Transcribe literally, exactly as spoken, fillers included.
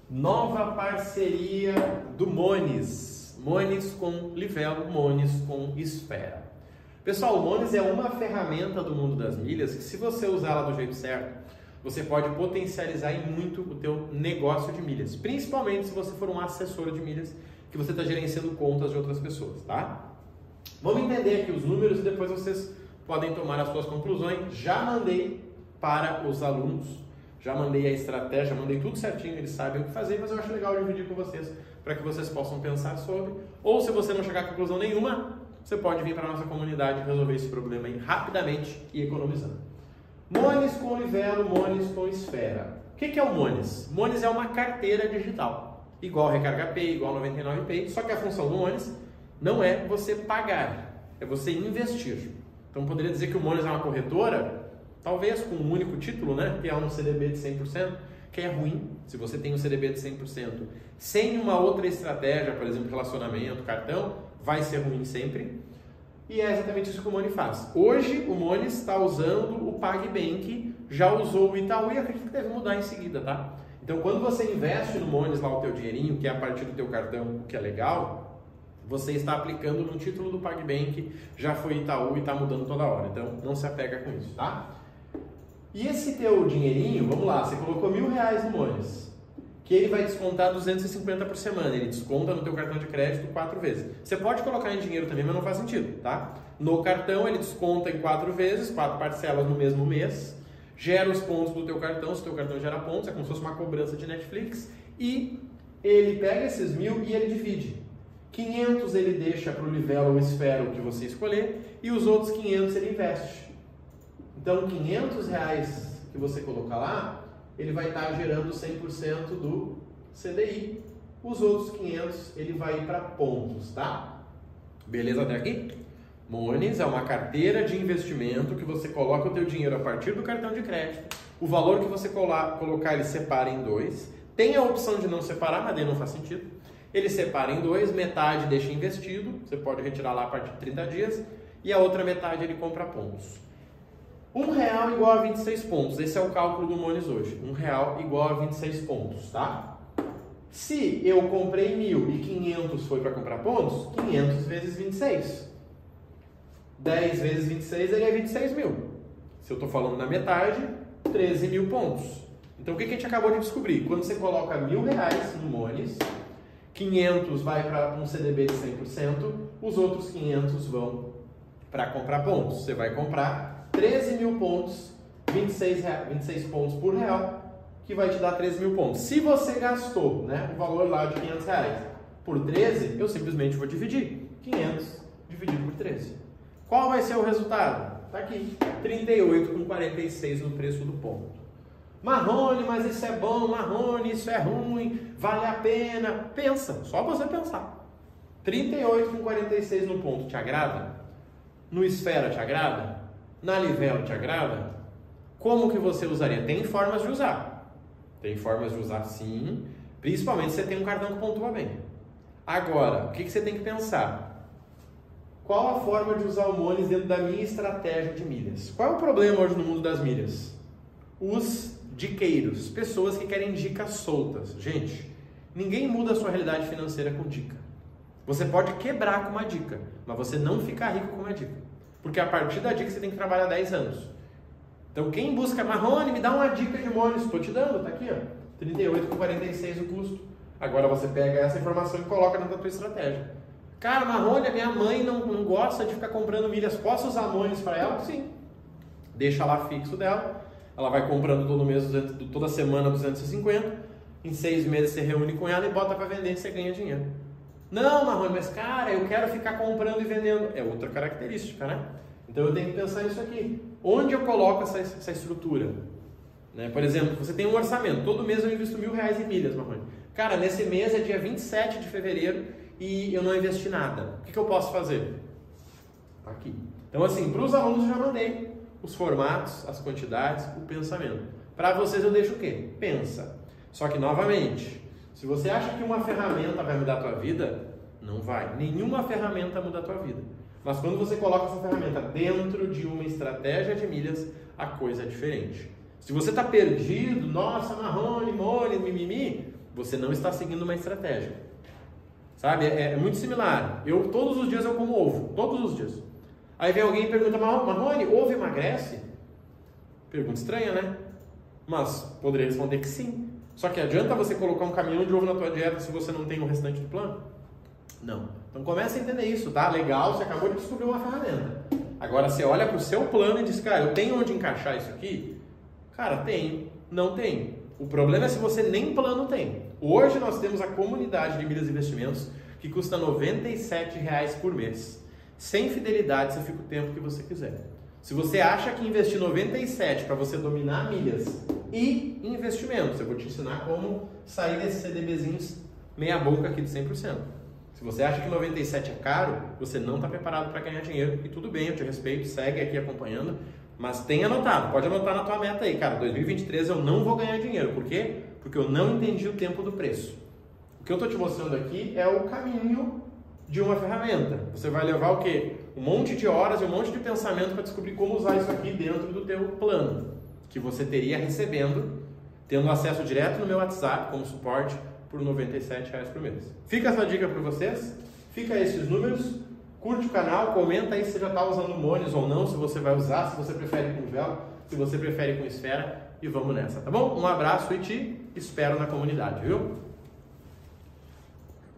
Nova parceria do Mones. Mones com Livelo, Mones com Esfera. Pessoal, o Mones é uma ferramenta do mundo das milhas que, se você usar ela do jeito certo, você pode potencializar em muito o teu negócio de milhas. Principalmente se você for um assessor de milhas, que você está gerenciando contas de outras pessoas, tá? Vamos entender aqui os números e depois vocês podem tomar as suas conclusões. Já mandei para os alunos, já mandei a estratégia, mandei tudo certinho, eles sabem o que fazer, mas eu acho legal dividir com vocês para que vocês possam pensar sobre. Ou se você não chegar a conclusão nenhuma, você pode vir para a nossa comunidade e resolver esse problema aí rapidamente e economizando. Mones com Livelo, Mones com Esfera. O que é o Mones? Mones é uma carteira digital, igual Recarga Pay, igual noventa e nove Pay, só que a função do Mones não é você pagar, é você investir. Então poderia dizer que o Mones é uma corretora, talvez com um único título, né, que é um C D B de cem por cento, que é ruim. Se você tem um C D B de cem por cento sem uma outra estratégia, por exemplo, relacionamento, cartão, vai ser ruim sempre. E é exatamente isso que o Mones faz. Hoje o Mones está usando o PagBank, já usou o Itaú e acredito que deve mudar em seguida, tá? Então quando você investe no Mones lá o teu dinheirinho, que é a partir do teu cartão, o que é legal, você está aplicando no título do PagBank, já foi Itaú e está mudando toda hora. Então não se apega com isso, tá? E esse teu dinheirinho, vamos lá, você colocou mil reais no Mones, que ele vai descontar duzentos e cinquenta por semana, ele desconta no teu cartão de crédito quatro vezes. Você pode colocar em dinheiro também, mas não faz sentido, tá? No cartão ele desconta em quatro vezes, quatro parcelas no mesmo mês, gera os pontos do teu cartão, se o teu cartão gera pontos, é como se fosse uma cobrança de Netflix, e ele pega esses mil e ele divide. quinhentos ele deixa para o Livelo ou Esfera, o que você escolher, e os outros quinhentos ele investe. Então, quinhentos reais que você colocar lá, ele vai estar gerando cem por cento do C D I. Os outros quinhentos ele vai ir para pontos, tá? Beleza até aqui? Mones é uma carteira de investimento que você coloca o teu dinheiro a partir do cartão de crédito. O valor que você colocar, ele separa em dois. Tem a opção de não separar, mas daí não faz sentido. Ele separa em dois, metade deixa investido, você pode retirar lá a partir de trinta dias, e a outra metade ele compra pontos. Um real igual a vinte e seis pontos. Esse é o cálculo do Mones hoje. Um real igual a vinte e seis pontos, tá? Se eu comprei mil e quinhentos foi para comprar pontos, quinhentos vezes vinte e seis. dez vezes vinte e seis ele é vinte e seis mil. Se eu estou falando na metade, treze mil pontos. Então o que a gente acabou de descobrir? Quando você coloca mil reais no Mones, quinhentos vai para um C D B de cem por cento, os outros quinhentos vão para comprar pontos. Você vai comprar treze mil pontos, vinte e seis, vinte e seis pontos por real, que vai te dar treze mil pontos. Se você gastou, né, o valor lá de quinhentos reais por treze, eu simplesmente vou dividir. quinhentos dividido por treze. Qual vai ser o resultado? Está aqui, trinta e oito vírgula quarenta e seis no preço do ponto. Marrone, mas isso é bom, Marrone, isso é ruim, vale a pena. Pensa, só você pensar. trinta e oito vírgula quarenta e seis no ponto te agrada? No Esfera te agrada? Na Livelo te agrada? Como que você usaria? Tem formas de usar. Tem formas de usar sim, principalmente se você tem um cartão que pontua bem. Agora, o que que você tem que pensar? Qual a forma de usar o Mones dentro da minha estratégia de milhas? Qual é o problema hoje no mundo das milhas? Os diqueiros, pessoas que querem dicas soltas. Gente, ninguém muda a sua realidade financeira com dica. Você pode quebrar com uma dica, mas você não fica rico com uma dica. Porque a partir da dica você tem que trabalhar dez anos. Então quem busca Marrone, me dá uma dica de Mones. Estou te dando, tá aqui, ó. trinta e oito vírgula quarenta e seis o custo. Agora você pega essa informação e coloca dentro da tua estratégia. Cara, Marrone, a minha mãe não, não gosta de ficar comprando milhas. Posso usar Mones para ela? Sim. Deixa lá fixo dela. Ela vai comprando todo mês, toda semana duzentos e cinquenta. Em seis meses você reúne com ela e bota para vender e você ganha dinheiro. Não, Marrone, mas cara, eu quero ficar comprando e vendendo. É outra característica, né? Então eu tenho que pensar nisso aqui. Onde eu coloco essa, essa estrutura? Né? Por exemplo, você tem um orçamento. Todo mês eu invisto mil reais em milhas, Marrone. Cara, nesse mês é dia vinte e sete de fevereiro e eu não investi nada. O que, que eu posso fazer? Aqui. Então assim, para os alunos eu já mandei os formatos, as quantidades, o pensamento. Para vocês eu deixo o quê? Pensa. Só que novamente, se você acha que uma ferramenta vai mudar a tua vida, não vai. Nenhuma ferramenta muda a tua vida. Mas quando você coloca essa ferramenta dentro de uma estratégia de milhas, a coisa é diferente. Se você está perdido, nossa, Marrone, Mones, mimimi, você não está seguindo uma estratégia. Sabe? É, é muito similar. Eu, todos os dias eu como ovo. Todos os dias. Aí vem alguém e pergunta, Marrone, ovo emagrece? Pergunta estranha, né? Mas poderia responder que sim. Só que adianta você colocar um caminhão de ovo na tua dieta se você não tem o restante do plano? Não. Então começa a entender isso, tá? Legal, você acabou de descobrir uma ferramenta. Agora você olha para o seu plano e diz, cara, eu tenho onde encaixar isso aqui? Cara, tenho. Não tenho. O problema é se você nem plano tem. Hoje nós temos a comunidade de milhas e investimentos que custa noventa e sete reais por mês. Sem fidelidade, você fica o tempo que você quiser. Se você acha que investir noventa e sete para você dominar milhas e investimentos, eu vou te ensinar como sair desses CDBzinhos meia boca aqui de cem por cento. Se você acha que noventa e sete é caro, você não está preparado para ganhar dinheiro. E tudo bem, eu te respeito, segue aqui acompanhando. Mas tenha anotado, pode anotar na tua meta aí. Cara, dois mil e vinte e três eu não vou ganhar dinheiro. Por quê? Porque eu não entendi o tempo do preço. O que eu estou te mostrando aqui é o caminho de uma ferramenta. Você vai levar o quê? Um monte de horas e um monte de pensamento para descobrir como usar isso aqui dentro do teu plano. Que você teria recebendo, tendo acesso direto no meu WhatsApp como suporte por noventa e sete reais por mês. Fica essa dica para vocês. Fica esses números. Curte o canal, comenta aí se você já está usando o Mones ou não, se você vai usar, se você prefere com vela, se você prefere com esfera, e vamos nessa, tá bom? Um abraço e te espero na comunidade, viu?